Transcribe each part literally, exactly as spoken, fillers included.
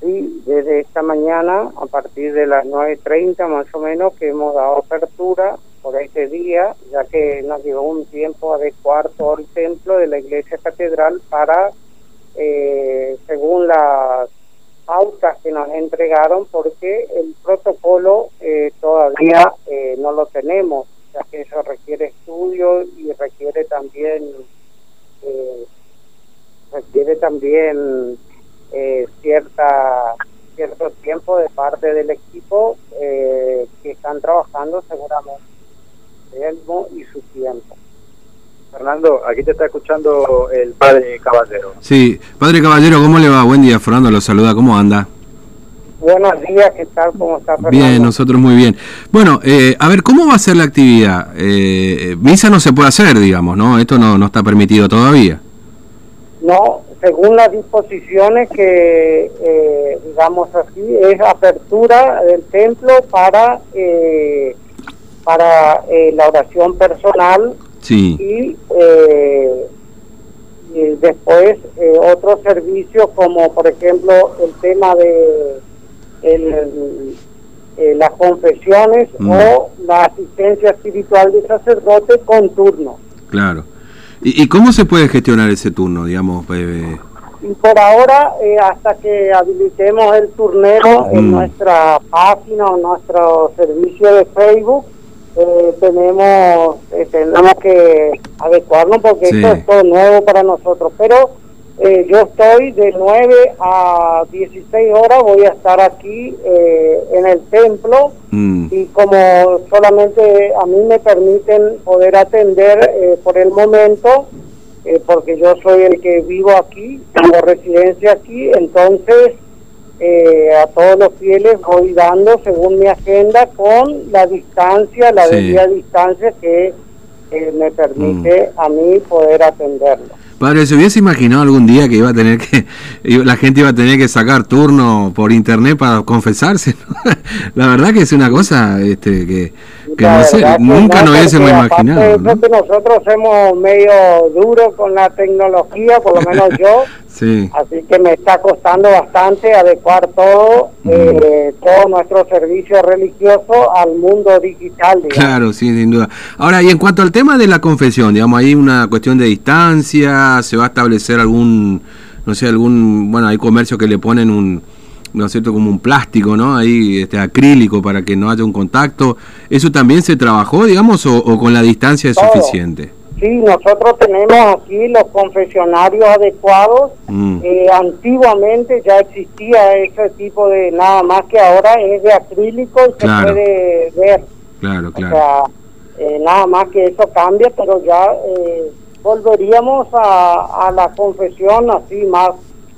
sí, desde esta mañana, a partir de las nueve y treinta más o menos, que hemos dado apertura por este día, ya que nos llevó un tiempo adecuar todo el templo de la iglesia catedral para, eh, según las pautas que nos entregaron, porque el protocolo eh, todavía eh, no lo tenemos, ya que eso requiere estudio y requiere también eh, requiere también eh, cierta cierto tiempo de parte del equipo eh, que están trabajando seguramente él y su tiempo. Fernando, aquí te está escuchando el padre Caballero. Sí, padre Caballero, ¿cómo le va? Buen día, Fernando lo saluda, ¿cómo anda? Buenos días, ¿qué tal? ¿Cómo está, Fernando? Bien, nosotros muy bien. Bueno, eh, a ver, ¿cómo va a ser la actividad? Eh, misa no se puede hacer, digamos, ¿no? Esto no, no está permitido todavía. No, según las disposiciones que, eh, digamos así, es apertura del templo para, eh, para eh, la oración personal. Sí. Y, eh, y después eh, otros servicios como por ejemplo el tema de el, eh, las confesiones mm. o la asistencia espiritual de sacerdote con turno. Claro. ¿Y, y cómo se puede gestionar ese turno, digamos? Eh... Y por ahora, eh, hasta que habilitemos el turnero mm. en nuestra página o nuestro servicio de Facebook, Eh, tenemos eh, tenemos que adecuarnos porque sí. Esto es todo nuevo para nosotros, pero eh, yo estoy de nueve a dieciséis horas, voy a estar aquí eh, en el templo mm. y como solamente a mí me permiten poder atender eh, por el momento, eh, porque yo soy el que vivo aquí, tengo residencia aquí, entonces Eh, a todos los fieles voy dando según mi agenda con la distancia, la sí. debida distancia que eh, me permite mm. a mí poder atenderlo. Padre, ¿se hubiese imaginado algún día que iba a tener que la gente iba a tener que sacar turno por internet para confesarse? La verdad que es una cosa este, que, que no sé, que nunca nos hubiésemos imaginado. De ¿no? Que nosotros somos medio duros con la tecnología, por lo menos yo. Sí. Así que me está costando bastante adecuar todo, mm. eh, todo nuestro servicio religioso al mundo digital, digamos. Claro, sí, sin duda. Ahora, y en cuanto al tema de la confesión, digamos, hay una cuestión de distancia, se va a establecer algún, no sé, algún, bueno, hay comercios que le ponen un, ¿no es cierto?, como un plástico, ¿no?, ahí, este, acrílico para que no haya un contacto. ¿Eso también se trabajó, digamos, o, o con la distancia es todo suficiente? Sí, nosotros tenemos aquí los confesionarios adecuados. Mm. Eh, antiguamente ya existía ese tipo de, nada más que ahora es de acrílico y claro. se puede ver. Claro, claro. O sea, eh, nada más que eso cambia, pero ya eh, volveríamos a, a la confesión así más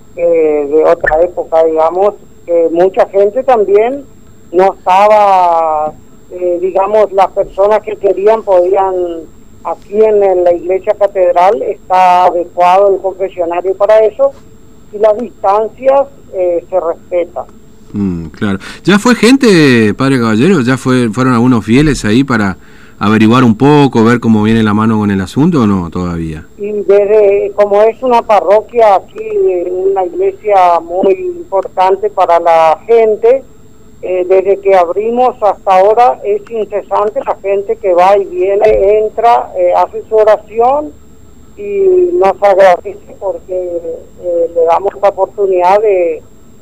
eh, de otra época, digamos, que mucha gente también no estaba, eh, digamos, las personas que querían podían. Aquí en, en la iglesia catedral está adecuado el confesionario para eso y las distancias eh, se respetan. Mm, claro. ¿Ya fue gente, padre Caballero? ¿Ya fue fueron algunos fieles ahí para averiguar un poco, ver cómo viene la mano con el asunto o no todavía? Y desde, como es una parroquia aquí, una iglesia muy importante para la gente, Eh, desde que abrimos hasta ahora es incesante la gente que va y viene, entra, eh, hace su oración y nos agradece porque eh, le damos la oportunidad de,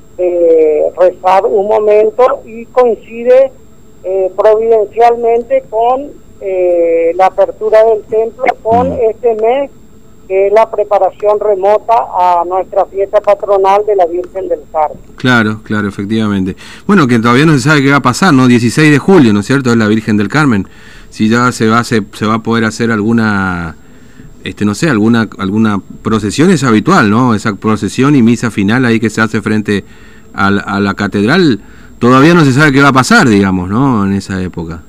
de rezar un momento y coincide eh, providencialmente con eh, la apertura del templo, con mm. este mes que es la preparación remota a nuestra fiesta patronal de la Virgen del Carmen. Claro, claro, efectivamente. Bueno, que todavía no se sabe qué va a pasar, ¿no? dieciséis de julio, ¿no es cierto? Es la Virgen del Carmen. Si ya se va, se, se va a poder hacer alguna, este, no sé, alguna, alguna procesión es habitual, ¿no? Esa procesión y misa final ahí que se hace frente a la, a la catedral, todavía no se sabe qué va a pasar, digamos, ¿no? En esa época.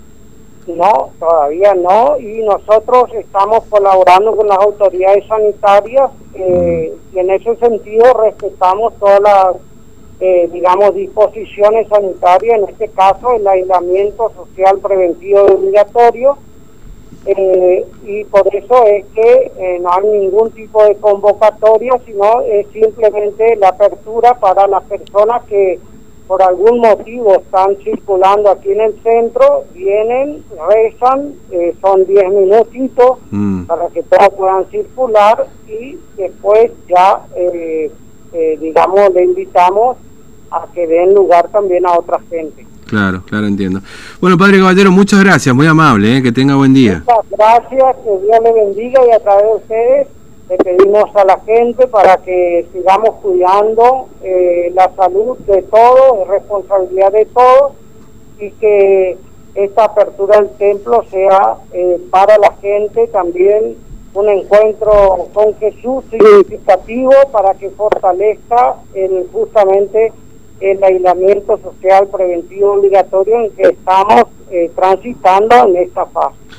No, todavía no, y nosotros estamos colaborando con las autoridades sanitarias eh, y en ese sentido respetamos todas las, eh, digamos, disposiciones sanitarias, en este caso el aislamiento social preventivo y obligatorio, eh, y por eso es que eh, no hay ningún tipo de convocatoria, sino es simplemente la apertura para las personas que por algún motivo están circulando aquí en el centro, vienen, rezan, eh, son diez minutitos mm. para que todos puedan circular y después ya, eh, eh, digamos, le invitamos a que den lugar también a otra gente. Claro, claro, entiendo. Bueno, Padre Caballero, muchas gracias, muy amable, ¿eh? Que tenga buen día. Muchas gracias, que Dios le bendiga y a través de ustedes le pedimos a la gente para que sigamos cuidando eh, la salud de todos, es responsabilidad de todos, y que esta apertura del templo sea eh, para la gente también un encuentro con Jesús significativo para que fortalezca el, justamente el aislamiento social preventivo obligatorio en que estamos eh, transitando en esta fase.